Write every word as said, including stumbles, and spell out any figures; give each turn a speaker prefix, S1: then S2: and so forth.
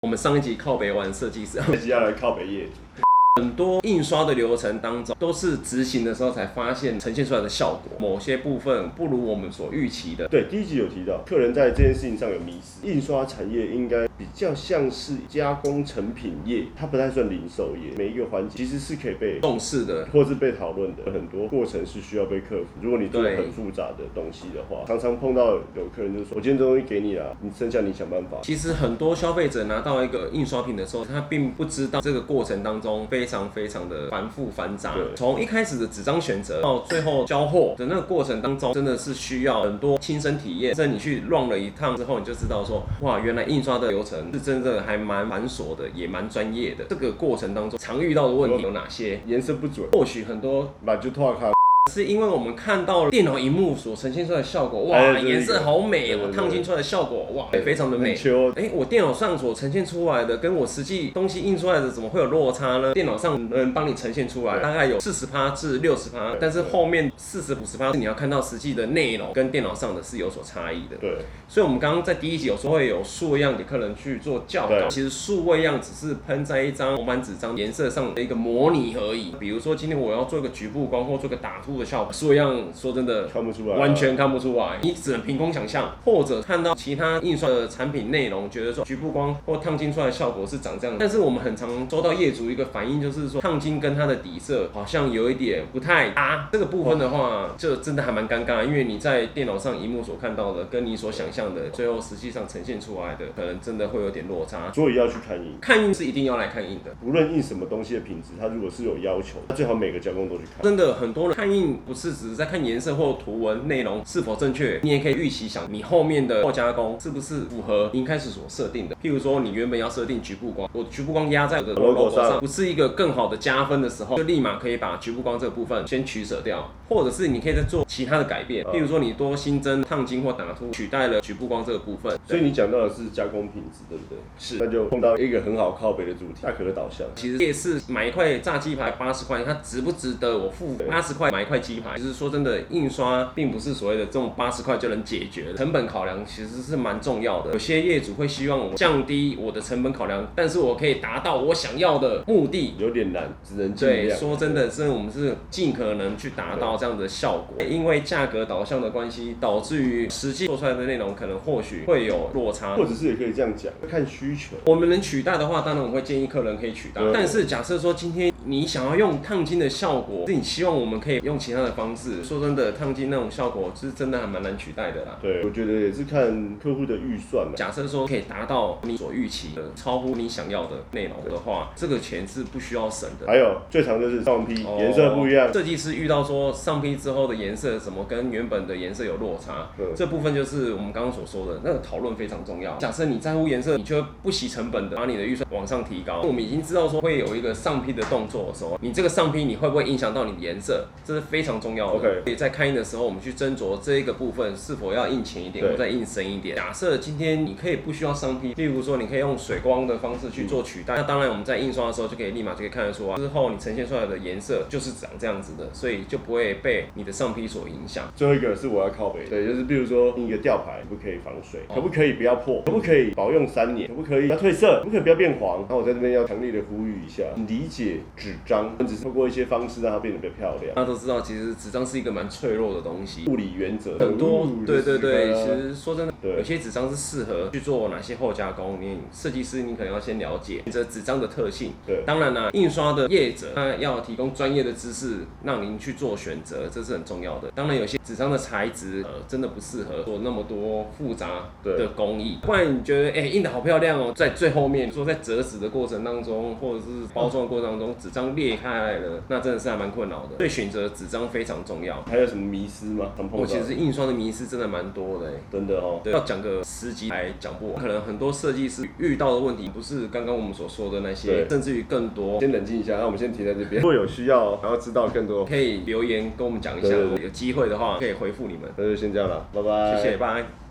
S1: 我们上一集靠北完设计师，
S2: 这集要来靠北业主。
S1: 很多印刷的流程当中，都是执行的时候才发现呈现出来的效果，某些部分不如我们所预期的。
S2: 对，第一集有提到，客人在这件事情上有迷思。印刷产业应该比较像是加工成品业，它不太算零售业。每一个环节其实是可以被
S1: 重视的，
S2: 或是被讨论的，很多过程是需要被克服。如果你做很复杂的东西的话，常常碰到有客人就说：“我今天这东西给你了，你剩下你想办法。”
S1: 其实很多消费者拿到一个印刷品的时候，他并不知道这个过程当中非常非常的繁复繁杂。从一开始的纸张选择到最后交货的那个过程当中，真的是需要很多亲身体验。甚至你去 run 了一趟之后，你就知道说，哇，原来印刷的流程是真的还蛮繁琐的，也蛮专业的。这个过程当中常遇到的问题有哪些？
S2: 颜色不准，
S1: 或许很多
S2: 把就脱开。
S1: 是因为我们看到电脑荧幕所呈现出来的效果，哇，颜色好美哦，烫金出来的效果，哇，非常的美。哎、欸，我电脑上所呈现出来的，跟我实际东西印出来的，怎么会有落差呢？电脑上能帮你呈现出来，大概有 百分之四十 至 百分之六十， 但是后面 百分之四十、百分之五十 是你要看到实际的内容跟电脑上的是有所差异的。
S2: 对，
S1: 所以我们刚刚在第一集有时候会有数位样给客人去做校稿，其实数位样只是喷在一张红板纸张颜色上的一个模拟而已。比如说今天我要做一个局部光或做一个打凸的效果，数位样说真的
S2: 看不出来，
S1: 完全看不出来，你只能凭空想象，或者看到其他印刷的产品内容，觉得说局部光或烫金出来的效果是长这样。但是我们很常收到业主一个反应，就是说烫金跟它的底色好像有一点不太搭。这个部分的话，就真的还蛮尴尬，因为你在电脑上荧幕所看到的，跟你所想象的，最后实际上呈现出来的，可能真的会有点落差。
S2: 所以要去看印，
S1: 看印是一定要来看印的。
S2: 无论印什么东西的品质，它如果是有要求，最好每个加工都去看。
S1: 真的很多人看印不是只是在看颜色或图文内容是否正确，你也可以预期想你后面的后加工是不是符合你一开始所设定的。譬如说你原本要设定局部光，我局部光压在我的 logo 上，不是一个更好的加分的时候，就立马可以把局部光这个部分先取舍掉，或者是你可以再做其他的改变，譬如说你多新增烫金或打凸，取代了局部光这个部分。
S2: 所以你讲到的是加工品质，对不对？
S1: 是，
S2: 那就碰到一个很好靠北的主题，价格导向。
S1: 其实夜市买一块炸鸡排八十块，它值不值得我付八十块买一块鸡排？其实说真的，印刷并不是所谓的这种八十块就能解决的，成本考量其实是蛮重要的。有些业主会希望我降低我的成本考量，但是我可以达到我想要的目的，
S2: 有点难，只能尽量。
S1: 对，说真的，是我们是尽可能去达到这样的效果。因为价格导向的关系，导致于实际做出来的内容可能或许会有落差，
S2: 或者是也可以这样讲，看需求。
S1: 我们能取代的话，当然我们会建议客人可以取代。但是假设说今天你想要用烫金的效果，是你希望我们可以用其他的方式。说真的，烫金那种效果是真的还蛮难取代的啦。
S2: 对，我觉得也是看客户的预算嘛。
S1: 假设说可以达到你所预期的，超乎你想要的内容的话，这个钱是不需要省的。
S2: 还有最常就是上批颜色不一样，
S1: 设计师遇到说上批之后的颜色怎么跟原本的颜色有落差，这部分就是我们刚刚所说的那个讨论非常重要。假设你在乎颜色，你就不惜成本的把你的预算往上提高。我们已经知道说会有一个上批的动作的时候，你这个上批你会不会影响到你的颜色，这是非常重要的。
S2: OK，
S1: 所以在开印的时候，我们去斟酌这一个部分是否要印浅一点，或再印深一点。假设今天你可以不需要上批，例如说你可以用水光的方式去做取代，嗯、那当然我们在印刷的时候就可以立马就可以看得出啊，之后你呈现出来的颜色就是长这样子的，所以就不会被你的上批所影响。
S2: 最后一个是我要靠北，对，就是比如说印一个吊牌可不可以防水，可不可以不要破，可不可以保用三年，可不可以不要褪色，可不可以不要变黄。然后我在这边要强烈的呼吁一下，理解纸张，只是透过一些方式让它变得比较漂亮。
S1: 大家都知道，其实纸张是一个蛮脆弱的东西，
S2: 物理原则
S1: 很多，对对对，其实说真的，
S2: 对，
S1: 有些纸张是适合去做哪些后加工，你设计师你可能要先了解这纸张的特性。
S2: 对，
S1: 当然啦、啊，印刷的业者他要提供专业的知识，让您去做选择，这是很重要的。当然，有些纸张的材质，呃，真的不适合做那么多复杂的工艺。不然你觉得，哎、欸，印得好漂亮哦，在最后面说在折纸的过程当中，或者是包装的过程当中，纸张裂开来了，那真的是还蛮困扰的。所以选择纸张非常重要。
S2: 还有什么迷思吗？
S1: 我、哦、其实印刷的迷思真的蛮多的，
S2: 真的哦。
S1: 对，要讲个十集还讲不完。可能很多设计师遇到的问题，不是刚刚我们所说的那些，甚至于更多。
S2: 先冷静一下，那我们先停在这边。如果有需要，然后知道更多，
S1: 可以留言跟我们讲一下。有机会的话，可以回复你们。
S2: 那就先这样了，拜拜。
S1: 谢谢，拜。